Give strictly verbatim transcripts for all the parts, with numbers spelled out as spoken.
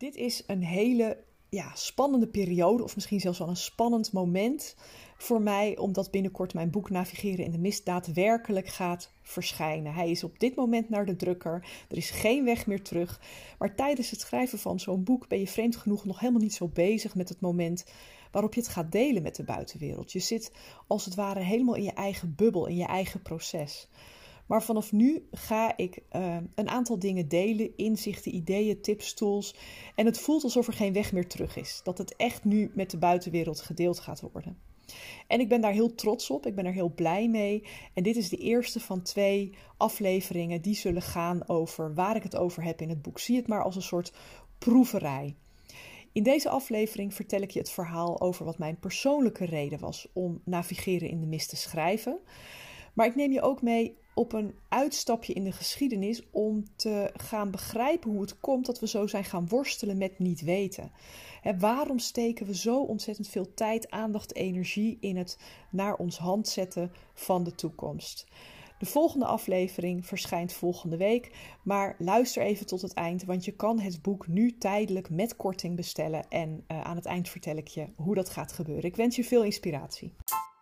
Dit is een hele ja, spannende periode, of misschien zelfs wel een spannend moment voor mij, omdat binnenkort mijn boek Navigeren in de Mist daadwerkelijk gaat verschijnen. Hij is op dit moment naar de drukker, er is geen weg meer terug. Maar tijdens het schrijven van zo'n boek ben je vreemd genoeg nog helemaal niet zo bezig met het moment waarop je het gaat delen met de buitenwereld. Je zit als het ware helemaal in je eigen bubbel, in je eigen proces. Maar vanaf nu ga ik uh, een aantal dingen delen, inzichten, ideeën, tips, tools. En het voelt alsof er geen weg meer terug is. Dat het echt nu met de buitenwereld gedeeld gaat worden. En ik ben daar heel trots op, ik ben er heel blij mee. En dit is de eerste van twee afleveringen die zullen gaan over waar ik het over heb in het boek. Zie het maar als een soort proeverij. In deze aflevering vertel ik je het verhaal over wat mijn persoonlijke reden was om Navigeren in de Mist te schrijven. Maar ik neem je ook mee op een uitstapje in de geschiedenis om te gaan begrijpen hoe het komt dat we zo zijn gaan worstelen met niet weten. He, waarom steken we zo ontzettend veel tijd, aandacht, energie in het naar ons hand zetten van de toekomst? De volgende aflevering verschijnt volgende week, maar luister even tot het eind, want je kan het boek nu tijdelijk met korting bestellen en uh, aan het eind vertel ik je hoe dat gaat gebeuren. Ik wens je veel inspiratie.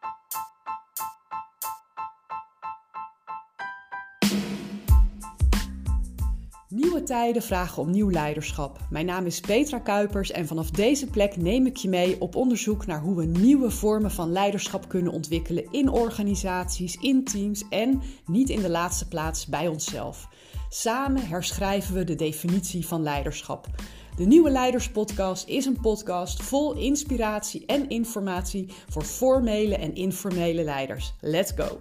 Nieuwe tijden vragen om nieuw leiderschap. Mijn naam is Petra Kuipers en vanaf deze plek neem ik je mee op onderzoek naar hoe we nieuwe vormen van leiderschap kunnen ontwikkelen in organisaties, in teams en, niet in de laatste plaats, bij onszelf. Samen herschrijven we de definitie van leiderschap. De Nieuwe Leiderspodcast is een podcast vol inspiratie en informatie voor formele en informele leiders. Let's go!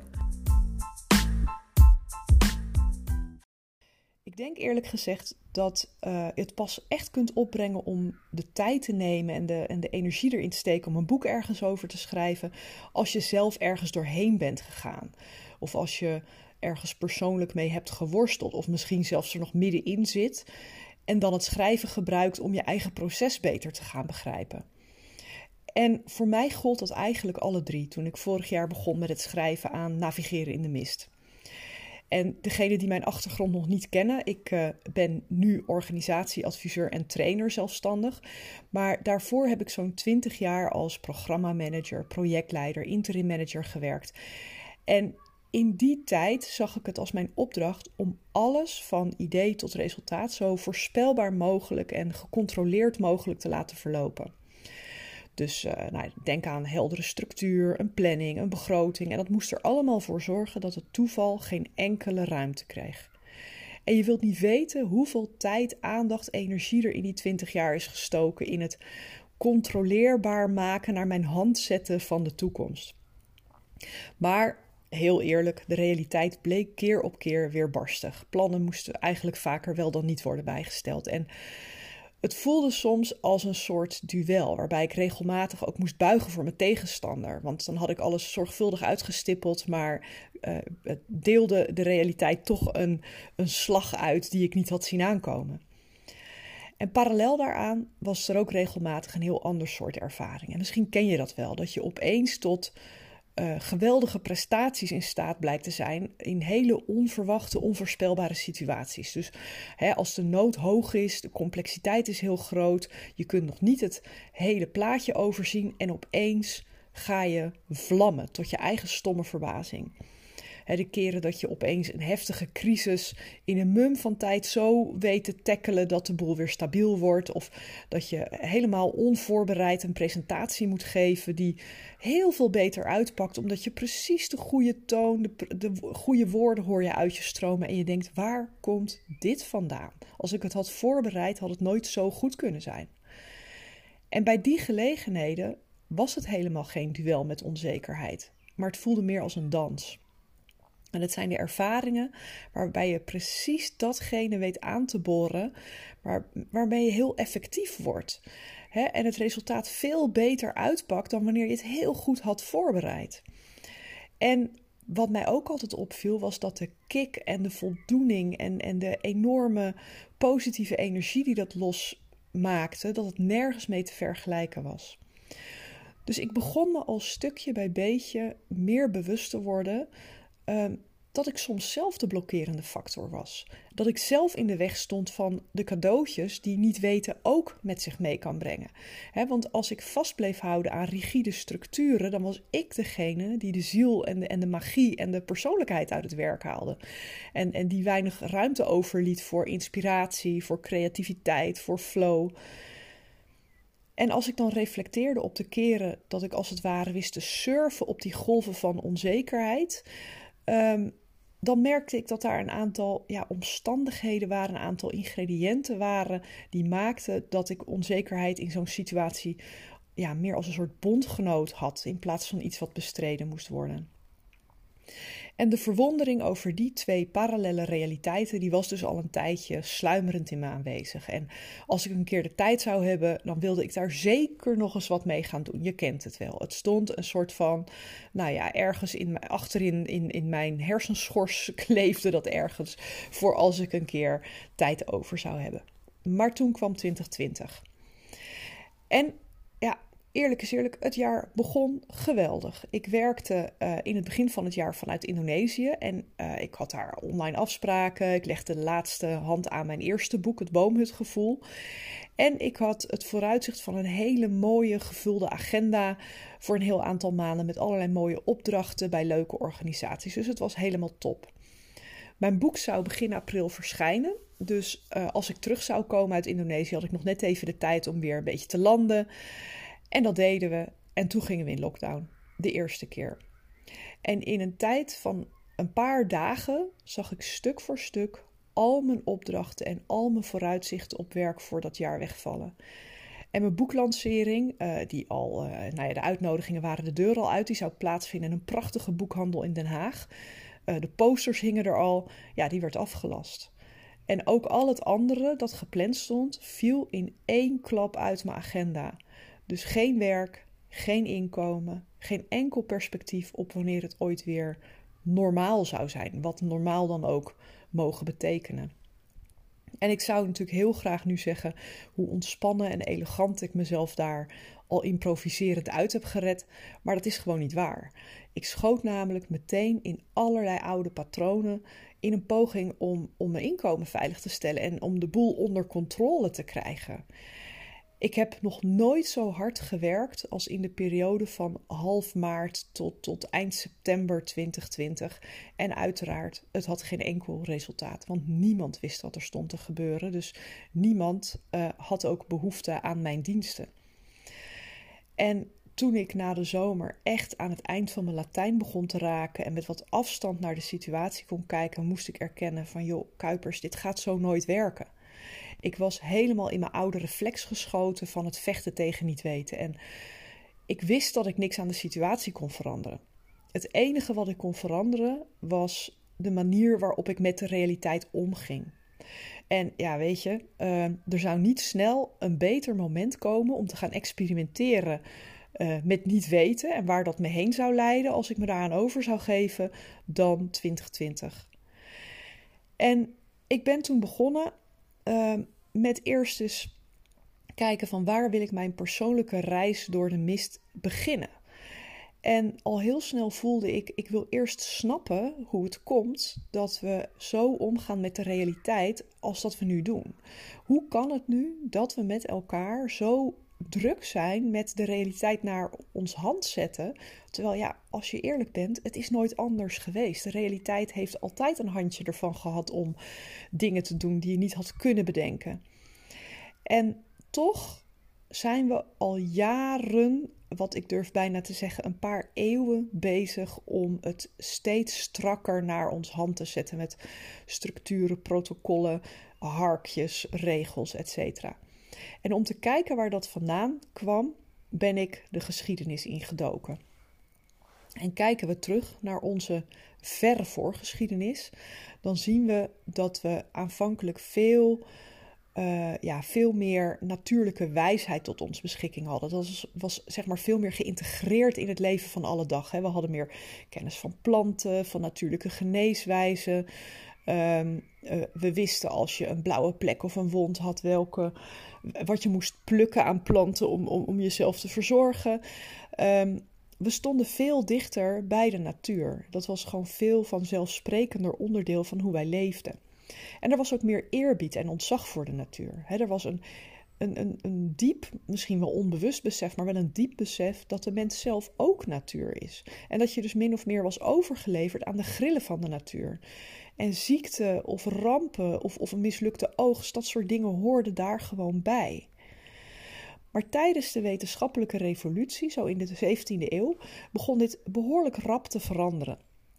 Ik denk eerlijk gezegd dat uh, je het pas echt kunt opbrengen om de tijd te nemen en de, en de energie erin te steken om een boek ergens over te schrijven, als je zelf ergens doorheen bent gegaan. Of als je ergens persoonlijk mee hebt geworsteld of misschien zelfs er nog middenin zit en dan het schrijven gebruikt om je eigen proces beter te gaan begrijpen. En voor mij gold dat eigenlijk alle drie toen ik vorig jaar begon met het schrijven aan Navigeren in de Mist. En degenen die mijn achtergrond nog niet kennen, ik uh, ben nu organisatieadviseur en trainer zelfstandig. Maar daarvoor heb ik zo'n twintig jaar als programmamanager, projectleider, interim manager gewerkt. En in die tijd zag ik het als mijn opdracht om alles van idee tot resultaat zo voorspelbaar mogelijk en gecontroleerd mogelijk te laten verlopen. Dus uh, nou, denk aan heldere structuur, een planning, een begroting. En dat moest er allemaal voor zorgen dat het toeval geen enkele ruimte kreeg. En je wilt niet weten hoeveel tijd, aandacht, energie er in die twintig jaar is gestoken in het controleerbaar maken, naar mijn hand zetten van de toekomst. Maar heel eerlijk, de realiteit bleek keer op keer weer barstig. Plannen moesten eigenlijk vaker wel dan niet worden bijgesteld. En het voelde soms als een soort duel, waarbij ik regelmatig ook moest buigen voor mijn tegenstander. Want dan had ik alles zorgvuldig uitgestippeld, maar uh, het deelde de realiteit toch een, een slag uit die ik niet had zien aankomen. En parallel daaraan was er ook regelmatig een heel ander soort ervaring. En misschien ken je dat wel, dat je opeens tot Uh, geweldige prestaties in staat blijkt te zijn in hele onverwachte, onvoorspelbare situaties. Dus hè, als de nood hoog is, de complexiteit is heel groot, je kunt nog niet het hele plaatje overzien en opeens ga je vlammen tot je eigen stomme verbazing. Hè, de keren dat je opeens een heftige crisis in een mum van tijd zo weet te tackelen dat de boel weer stabiel wordt, of dat je helemaal onvoorbereid een presentatie moet geven die heel veel beter uitpakt, omdat je precies de goede toon, de, de goede woorden hoor je uit je stromen en je denkt, waar komt dit vandaan? Als ik het had voorbereid, had het nooit zo goed kunnen zijn. En bij die gelegenheden was het helemaal geen duel met onzekerheid, maar het voelde meer als een dans. En het zijn de ervaringen waarbij je precies datgene weet aan te boren, waar, waarmee je heel effectief wordt. He, en het resultaat veel beter uitpakt dan wanneer je het heel goed had voorbereid. En wat mij ook altijd opviel was dat de kick en de voldoening en, en de enorme positieve energie die dat losmaakte, dat het nergens mee te vergelijken was. Dus ik begon me al stukje bij beetje meer bewust te worden Uh, dat ik soms zelf de blokkerende factor was. Dat ik zelf in de weg stond van de cadeautjes die niet weten ook met zich mee kan brengen. He, want als ik vast bleef houden aan rigide structuren, dan was ik degene die de ziel en de, en de magie en de persoonlijkheid uit het werk haalde. En, en die weinig ruimte overliet voor inspiratie, voor creativiteit, voor flow. En als ik dan reflecteerde op de keren dat ik als het ware wist te surfen op die golven van onzekerheid, Um, dan merkte ik dat daar een aantal ja, omstandigheden waren, een aantal ingrediënten waren die maakten dat ik onzekerheid in zo'n situatie ja, meer als een soort bondgenoot had in plaats van iets wat bestreden moest worden. En de verwondering over die twee parallele realiteiten, die was dus al een tijdje sluimerend in me aanwezig. En als ik een keer de tijd zou hebben, dan wilde ik daar zeker nog eens wat mee gaan doen. Je kent het wel. Het stond een soort van, nou ja, ergens in, achterin in, in mijn hersenschors kleefde dat ergens voor als ik een keer tijd over zou hebben. Maar toen kwam twintig twintig. En ja, eerlijk is eerlijk, het jaar begon geweldig. Ik werkte uh, in het begin van het jaar vanuit Indonesië en uh, ik had daar online afspraken. Ik legde de laatste hand aan mijn eerste boek, Het Boomhutgevoel. En ik had het vooruitzicht van een hele mooie gevulde agenda voor een heel aantal maanden met allerlei mooie opdrachten bij leuke organisaties. Dus het was helemaal top. Mijn boek zou begin april verschijnen. Dus uh, als ik terug zou komen uit Indonesië had ik nog net even de tijd om weer een beetje te landen. En dat deden we en toen gingen we in lockdown, de eerste keer. En in een tijd van een paar dagen zag ik stuk voor stuk al mijn opdrachten en al mijn vooruitzichten op werk voor dat jaar wegvallen. En mijn boeklancering, uh, die al, uh, nou ja, de uitnodigingen waren de deur al uit, die zou plaatsvinden in een prachtige boekhandel in Den Haag. Uh, de posters hingen er al, ja, die werd afgelast. En ook al het andere dat gepland stond, viel in één klap uit mijn agenda. Dus geen werk, geen inkomen, geen enkel perspectief op wanneer het ooit weer normaal zou zijn. Wat normaal dan ook mogen betekenen. En ik zou natuurlijk heel graag nu zeggen hoe ontspannen en elegant ik mezelf daar al improviserend uit heb gered. Maar dat is gewoon niet waar. Ik schoot namelijk meteen in allerlei oude patronen in een poging om, om mijn inkomen veilig te stellen en om de boel onder controle te krijgen. Ik heb nog nooit zo hard gewerkt als in de periode van half maart tot, tot eind september twintig twintig. En uiteraard, het had geen enkel resultaat, want niemand wist wat er stond te gebeuren. Dus niemand uh, had ook behoefte aan mijn diensten. En toen ik na de zomer echt aan het eind van mijn Latijn begon te raken en met wat afstand naar de situatie kon kijken, moest ik erkennen van joh, Kuipers, dit gaat zo nooit werken. Ik was helemaal in mijn oude reflex geschoten van het vechten tegen niet weten. En ik wist dat ik niks aan de situatie kon veranderen. Het enige wat ik kon veranderen was de manier waarop ik met de realiteit omging. En ja, weet je, uh, er zou niet snel een beter moment komen om te gaan experimenteren uh, met niet weten en waar dat me heen zou leiden als ik me daaraan over zou geven dan twintig twintig. En ik ben toen begonnen Uh, met eerst eens kijken van waar wil ik mijn persoonlijke reis door de mist beginnen. En al heel snel voelde ik, ik wil eerst snappen hoe het komt dat we zo omgaan met de realiteit als dat we nu doen. Hoe kan het nu dat we met elkaar zo druk zijn met de realiteit naar ons hand zetten? Terwijl ja, als je eerlijk bent, het is nooit anders geweest. De realiteit heeft altijd een handje ervan gehad om dingen te doen die je niet had kunnen bedenken. En toch zijn we al jaren, wat ik durf bijna te zeggen, een paar eeuwen bezig om het steeds strakker naar ons hand te zetten met structuren, protocollen, harkjes, regels, et cetera. En om te kijken waar dat vandaan kwam, ben ik de geschiedenis ingedoken. En kijken we terug naar onze verre voorgeschiedenis, dan zien we dat we aanvankelijk veel, uh, ja, veel meer natuurlijke wijsheid tot onze beschikking hadden. Dat was, was zeg maar veel meer geïntegreerd in het leven van alle dag. Hè. We hadden meer kennis van planten, van natuurlijke geneeswijzen. Um, uh, we wisten als je een blauwe plek of een wond had, welke, wat je moest plukken aan planten om, om, om jezelf te verzorgen. Um, we stonden veel dichter bij de natuur. Dat was gewoon veel vanzelfsprekender onderdeel van hoe wij leefden. En er was ook meer eerbied en ontzag voor de natuur. He, er was een, een, een, een diep, misschien wel onbewust besef, maar wel een diep besef dat de mens zelf ook natuur is. En dat je dus min of meer was overgeleverd aan de grillen van de natuur. En ziekte of rampen of, of een mislukte oogst, dat soort dingen hoorden daar gewoon bij. Maar tijdens de wetenschappelijke revolutie, zo in de zeventiende eeuw, begon dit behoorlijk rap te veranderen.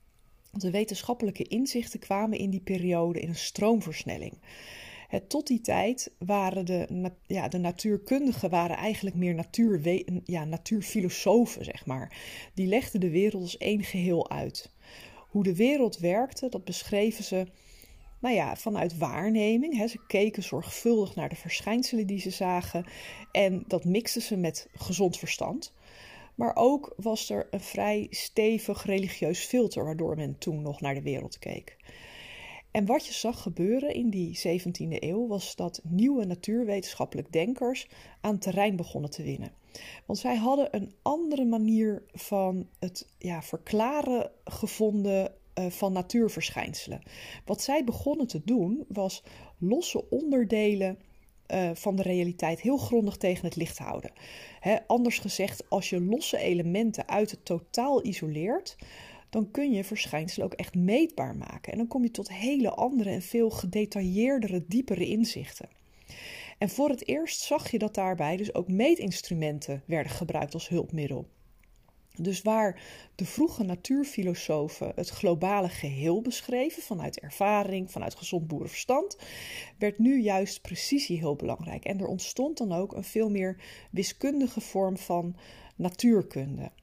De wetenschappelijke inzichten kwamen in die periode in een stroomversnelling. Het, tot die tijd waren de, ja, de natuurkundigen waren eigenlijk meer natuurwe- ja, natuurfilosofen, zeg maar. Die legden de wereld als één geheel uit. Hoe de wereld werkte, dat beschreven ze nou ja, vanuit waarneming. Hè. Ze keken zorgvuldig naar de verschijnselen die ze zagen en dat mixten ze met gezond verstand. Maar ook was er een vrij stevig religieus filter waardoor men toen nog naar de wereld keek. En wat je zag gebeuren in die zeventiende eeuw was dat nieuwe natuurwetenschappelijk denkers aan terrein begonnen te winnen. Want zij hadden een andere manier van het ja, verklaren gevonden uh, van natuurverschijnselen. Wat zij begonnen te doen was losse onderdelen Uh, van de realiteit heel grondig tegen het licht houden. He, anders gezegd, als je losse elementen uit het totaal isoleert, dan kun je verschijnselen ook echt meetbaar maken. En dan kom je tot hele andere en veel gedetailleerdere, diepere inzichten. En voor het eerst zag je dat daarbij dus ook meetinstrumenten werden gebruikt als hulpmiddel. Dus waar de vroege natuurfilosofen het globale geheel beschreven, vanuit ervaring, vanuit gezond boerenverstand, werd nu juist precisie heel belangrijk. En er ontstond dan ook een veel meer wiskundige vorm van natuurkunde.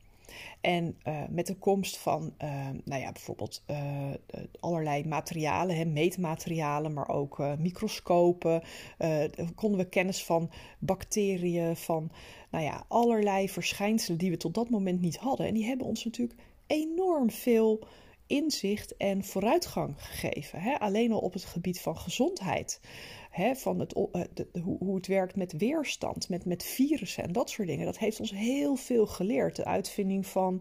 En uh, met de komst van uh, nou ja, bijvoorbeeld uh, allerlei materialen, hè, meetmaterialen, maar ook uh, microscopen, uh, konden we kennis van bacteriën, van nou ja, allerlei verschijnselen die we tot dat moment niet hadden. En die hebben ons natuurlijk enorm veel inzicht en vooruitgang gegeven. Hè? Alleen al op het gebied van gezondheid. Hè? Van het, uh, de, de, hoe, hoe het werkt met weerstand, met, met virussen en dat soort dingen. Dat heeft ons heel veel geleerd. De uitvinding van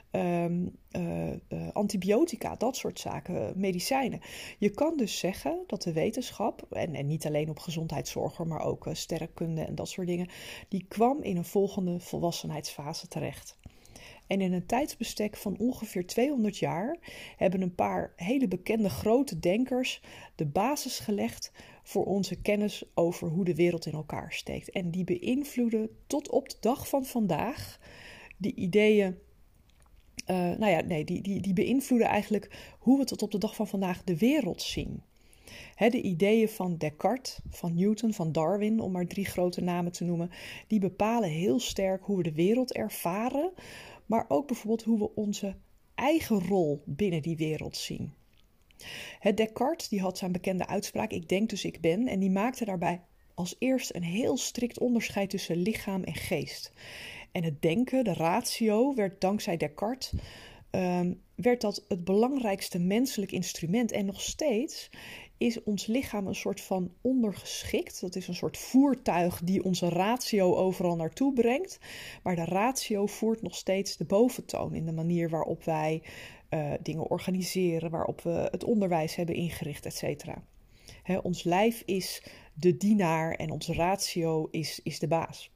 um, uh, uh, antibiotica, dat soort zaken, medicijnen. Je kan dus zeggen dat de wetenschap, en, en niet alleen op gezondheidszorg, maar ook uh, sterrenkunde en dat soort dingen, die kwam in een volgende volwassenheidsfase terecht. En in een tijdsbestek van ongeveer tweehonderd jaar hebben een paar hele bekende grote denkers de basis gelegd voor onze kennis over hoe de wereld in elkaar steekt. En die beïnvloeden tot op de dag van vandaag die ideeën, uh, nou ja, nee, die, die, die beïnvloeden eigenlijk hoe we tot op de dag van vandaag de wereld zien. He, de ideeën van Descartes, van Newton, van Darwin, om maar drie grote namen te noemen, die bepalen heel sterk hoe we de wereld ervaren, maar ook bijvoorbeeld hoe we onze eigen rol binnen die wereld zien. He, Descartes die had zijn bekende uitspraak, ik denk dus ik ben, en die maakte daarbij als eerst een heel strikt onderscheid tussen lichaam en geest. En het denken, de ratio, werd dankzij Descartes um, werd dat het belangrijkste menselijk instrument. En nog steeds is ons lichaam een soort van ondergeschikt. Dat is een soort voertuig die onze ratio overal naartoe brengt. Maar de ratio voert nog steeds de boventoon in de manier waarop wij uh, dingen organiseren, waarop we het onderwijs hebben ingericht, et cetera. He, ons lijf is de dienaar en onze ratio is, is de baas.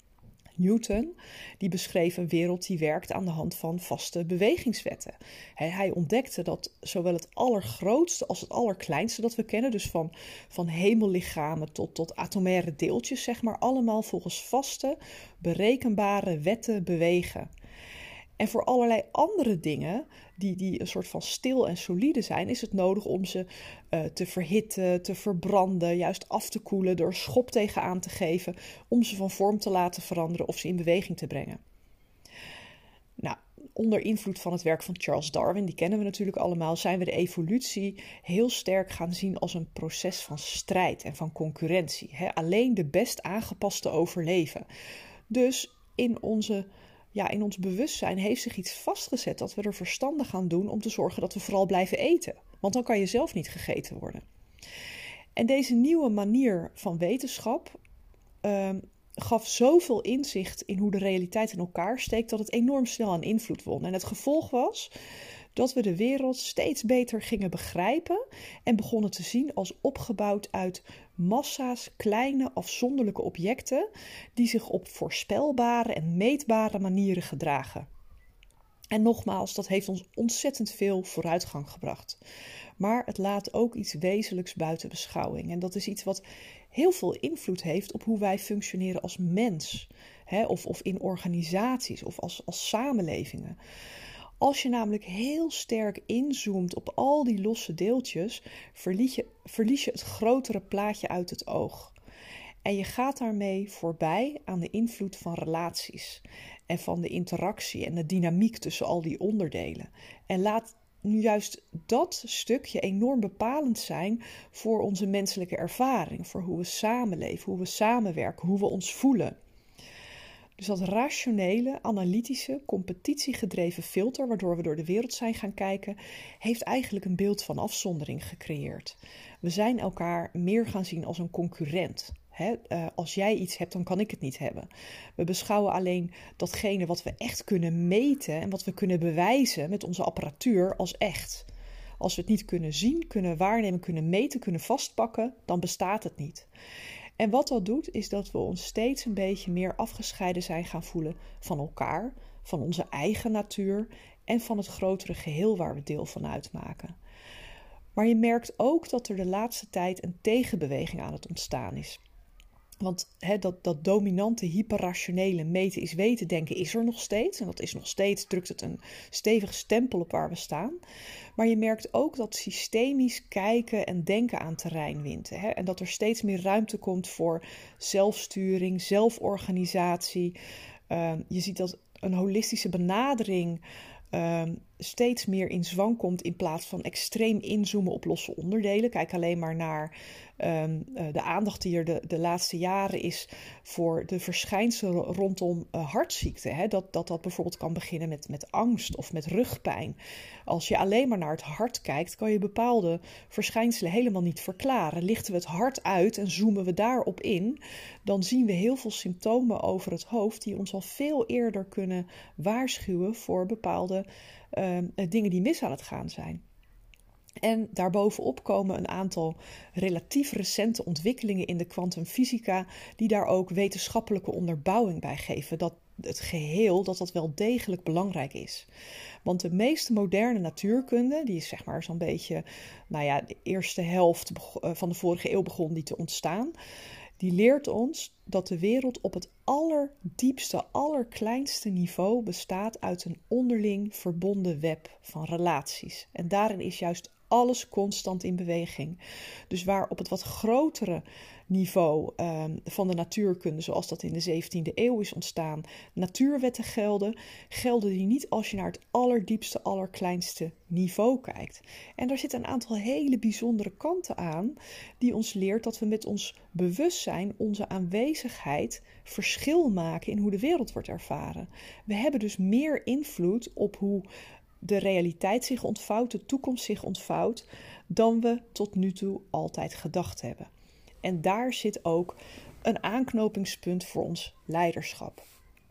Newton die beschreef een wereld die werkt aan de hand van vaste bewegingswetten. Hij, hij ontdekte dat zowel het allergrootste als het allerkleinste dat we kennen, dus van, van hemellichamen tot, tot atomaire deeltjes, zeg maar, allemaal volgens vaste, berekenbare wetten bewegen. En voor allerlei andere dingen, die, die een soort van stil en solide zijn, is het nodig om ze uh, te verhitten, te verbranden, juist af te koelen, er schop tegenaan te geven, om ze van vorm te laten veranderen of ze in beweging te brengen. Nou, onder invloed van het werk van Charles Darwin, die kennen we natuurlijk allemaal, zijn we de evolutie heel sterk gaan zien als een proces van strijd en van concurrentie. He, alleen de best aangepaste overleven. Dus in onze... Ja, in ons bewustzijn heeft zich iets vastgezet dat we er verstandig aan doen om te zorgen dat we vooral blijven eten. Want dan kan je zelf niet gegeten worden. En deze nieuwe manier van wetenschap uh, gaf zoveel inzicht in hoe de realiteit in elkaar steekt, dat het enorm snel aan invloed won. En het gevolg was dat we de wereld steeds beter gingen begrijpen en begonnen te zien als opgebouwd uit massa's kleine afzonderlijke objecten die zich op voorspelbare en meetbare manieren gedragen. En nogmaals, dat heeft ons ontzettend veel vooruitgang gebracht. Maar het laat ook iets wezenlijks buiten beschouwing. En dat is iets wat heel veel invloed heeft op hoe wij functioneren als mens. Hè, of, of in organisaties of als, als samenlevingen. Als je namelijk heel sterk inzoomt op al die losse deeltjes, verlies je, verlies je het grotere plaatje uit het oog. En je gaat daarmee voorbij aan de invloed van relaties en van de interactie en de dynamiek tussen al die onderdelen. En laat nu juist dat stukje enorm bepalend zijn voor onze menselijke ervaring, voor hoe we samenleven, hoe we samenwerken, hoe we ons voelen. Dus dat rationele, analytische, competitiegedreven filter waardoor we door de wereld zijn gaan kijken, heeft eigenlijk een beeld van afzondering gecreëerd. We zijn elkaar meer gaan zien als een concurrent. He, uh, als jij iets hebt, dan kan ik het niet hebben. We beschouwen alleen datgene wat we echt kunnen meten en wat we kunnen bewijzen met onze apparatuur als echt. Als we het niet kunnen zien, kunnen waarnemen, kunnen meten, kunnen vastpakken, dan bestaat het niet. En wat dat doet, is dat we ons steeds een beetje meer afgescheiden zijn gaan voelen van elkaar, van onze eigen natuur en van het grotere geheel waar we deel van uitmaken. Maar je merkt ook dat er de laatste tijd een tegenbeweging aan het ontstaan is. Want he, dat, dat dominante, hyperrationele meten is weten denken is er nog steeds. En dat is nog steeds, drukt het een stevige stempel op waar we staan. Maar je merkt ook dat systemisch kijken en denken aan terrein wint. Hè? En dat er steeds meer ruimte komt voor zelfsturing, zelforganisatie. Uh, je ziet dat een holistische benadering uh, steeds meer in zwang komt in plaats van extreem inzoomen op losse onderdelen. Kijk alleen maar naar um, uh, de aandacht die er de, de laatste jaren is voor de verschijnselen rondom uh, hartziekten. Hè? Dat, dat dat bijvoorbeeld kan beginnen met, met angst of met rugpijn. Als je alleen maar naar het hart kijkt, kan je bepaalde verschijnselen helemaal niet verklaren. Lichten we het hart uit en zoomen we daarop in, dan zien we heel veel symptomen over het hoofd die ons al veel eerder kunnen waarschuwen voor bepaalde uh, dingen die mis aan het gaan zijn. En daarbovenop komen een aantal relatief recente ontwikkelingen in de kwantumfysica die daar ook wetenschappelijke onderbouwing bij geven. Dat het geheel, dat dat wel degelijk belangrijk is. Want de meeste moderne natuurkunde, die is zeg maar zo'n beetje, nou ja, de eerste helft van de vorige eeuw begon die te ontstaan, die leert ons dat de wereld op het allerdiepste, allerkleinste niveau bestaat uit een onderling verbonden web van relaties. En daarin is juist alles constant in beweging. Dus waar op het wat grotere niveau uh, van de natuurkunde, zoals dat in de zeventiende eeuw is ontstaan, natuurwetten gelden, gelden die niet als je naar het allerdiepste, allerkleinste niveau kijkt. En daar zitten een aantal hele bijzondere kanten aan, die ons leert dat we met ons bewustzijn, onze aanwezigheid, verschil maken in hoe de wereld wordt ervaren. We hebben dus meer invloed op hoe de realiteit zich ontvouwt, de toekomst zich ontvouwt, dan we tot nu toe altijd gedacht hebben. En daar zit ook een aanknopingspunt voor ons leiderschap.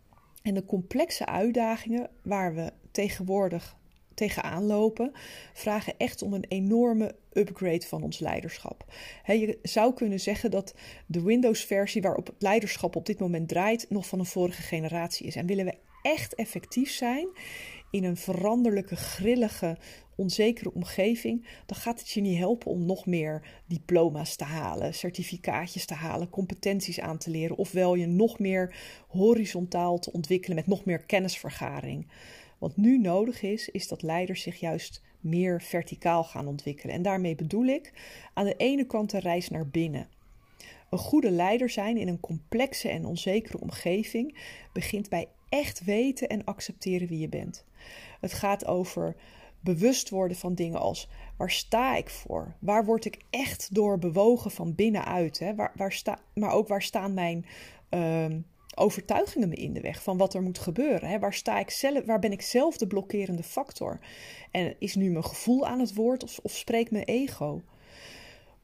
En de complexe uitdagingen waar we tegenwoordig tegenaan lopen, vragen echt om een enorme upgrade van ons leiderschap. He, je zou kunnen zeggen dat de Windows-versie waarop het leiderschap op dit moment draait nog van een vorige generatie is. En willen we echt effectief zijn in een veranderlijke, grillige, onzekere omgeving, dan gaat het je niet helpen om nog meer diploma's te halen, certificaatjes te halen, competenties aan te leren, ofwel je nog meer horizontaal te ontwikkelen met nog meer kennisvergaring. Wat nu nodig is, is dat leiders zich juist meer verticaal gaan ontwikkelen. En daarmee bedoel ik aan de ene kant de reis naar binnen. Een goede leider zijn in een complexe en onzekere omgeving begint bij echt weten en accepteren wie je bent. Het gaat over bewust worden van dingen als: waar sta ik voor? Waar word ik echt door bewogen van binnenuit? Hè? Waar, waar sta, maar ook waar staan mijn uh, overtuigingen me in de weg van wat er moet gebeuren? Hè? Waar, sta ik zelf, waar ben ik zelf de blokkerende factor? En is nu mijn gevoel aan het woord of, of spreekt mijn ego?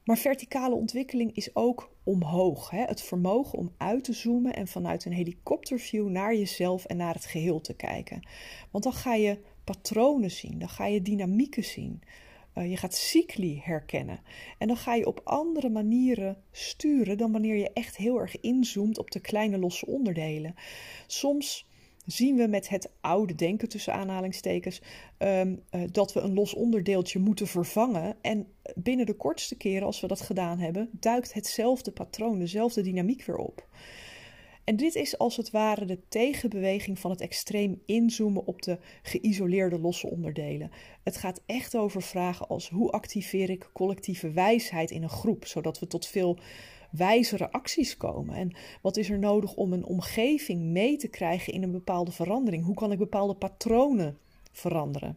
Maar verticale ontwikkeling is ook omhoog. Hè? Het vermogen om uit te zoomen en vanuit een helikopterview naar jezelf en naar het geheel te kijken. Want dan ga je patronen zien, dan ga je dynamieken zien. Uh, je gaat cycli herkennen. En dan ga je op andere manieren sturen dan wanneer je echt heel erg inzoomt op de kleine losse onderdelen. Soms zien we met het oude denken tussen aanhalingstekens um, uh, dat we een los onderdeeltje moeten vervangen. En binnen de kortste keren als we dat gedaan hebben, duikt hetzelfde patroon, dezelfde dynamiek weer op. En dit is als het ware de tegenbeweging van het extreem inzoomen op de geïsoleerde losse onderdelen. Het gaat echt over vragen als: hoe activeer ik collectieve wijsheid in een groep, zodat we tot veel wijzere acties komen? En wat is er nodig om een omgeving mee te krijgen in een bepaalde verandering? Hoe kan ik bepaalde patronen veranderen?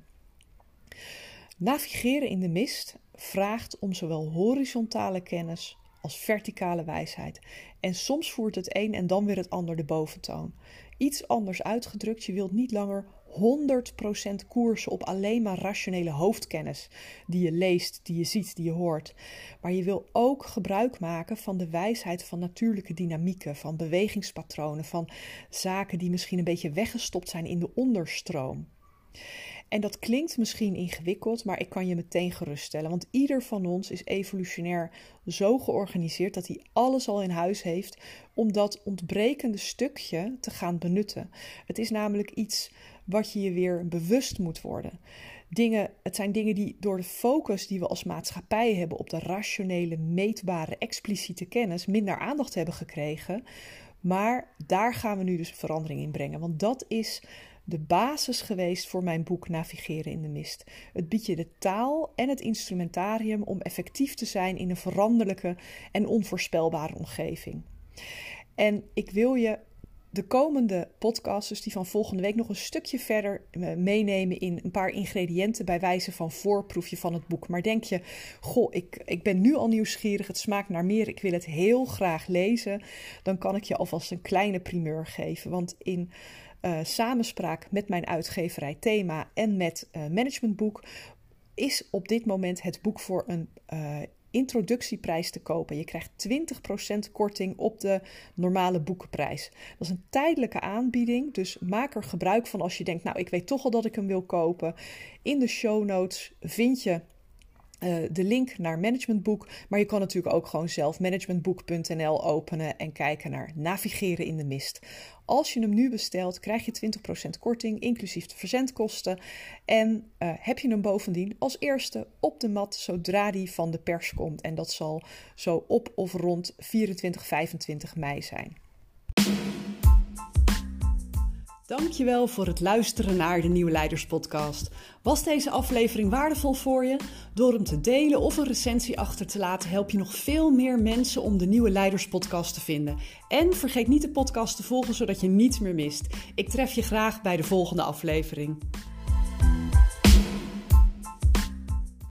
Navigeren in de mist vraagt om zowel horizontale kennis als verticale wijsheid. En soms voert het een en dan weer het ander de boventoon. Iets anders uitgedrukt, je wilt niet langer honderd procent koersen op alleen maar rationele hoofdkennis die je leest, die je ziet, die je hoort. Maar je wil ook gebruik maken van de wijsheid van natuurlijke dynamieken, van bewegingspatronen, van zaken die misschien een beetje weggestopt zijn in de onderstroom. En dat klinkt misschien ingewikkeld, maar ik kan je meteen geruststellen. Want ieder van ons is evolutionair zo georganiseerd dat hij alles al in huis heeft om dat ontbrekende stukje te gaan benutten. Het is namelijk iets wat je je weer bewust moet worden. Dingen, het zijn dingen die door de focus die we als maatschappij hebben op de rationele, meetbare, expliciete kennis minder aandacht hebben gekregen. Maar daar gaan we nu dus verandering in brengen. Want dat is de basis geweest voor mijn boek Navigeren in de Mist. Het biedt je de taal en het instrumentarium om effectief te zijn in een veranderlijke en onvoorspelbare omgeving. En ik wil je de komende podcasts, dus die van volgende week, nog een stukje verder meenemen in een paar ingrediënten bij wijze van voorproefje van het boek. Maar denk je, goh, ik, ik ben nu al nieuwsgierig, het smaakt naar meer, ik wil het heel graag lezen, dan kan ik je alvast een kleine primeur geven. Want in uh, samenspraak met mijn uitgeverij Thema en met uh, Managementboek is op dit moment het boek voor een uh, introductieprijs te kopen. Je krijgt twintig procent korting op de normale boekenprijs. Dat is een tijdelijke aanbieding, dus maak er gebruik van als je denkt, nou, ik weet toch al dat ik hem wil kopen. In de show notes vind je uh, de link naar Managementboek, maar je kan natuurlijk ook gewoon zelf managementboek punt n l openen en kijken naar Navigeren in de Mist. Als je hem nu bestelt, krijg je twintig procent korting, inclusief de verzendkosten. En uh, heb je hem bovendien als eerste op de mat zodra die van de pers komt. En dat zal zo op of rond vierentwintig, vijfentwintig mei zijn. Dankjewel voor het luisteren naar de Nieuwe Leiders podcast. Was deze aflevering waardevol voor je? Door hem te delen of een recensie achter te laten help je nog veel meer mensen om de Nieuwe Leiders podcast te vinden. En vergeet niet de podcast te volgen zodat je niets meer mist. Ik tref je graag bij de volgende aflevering.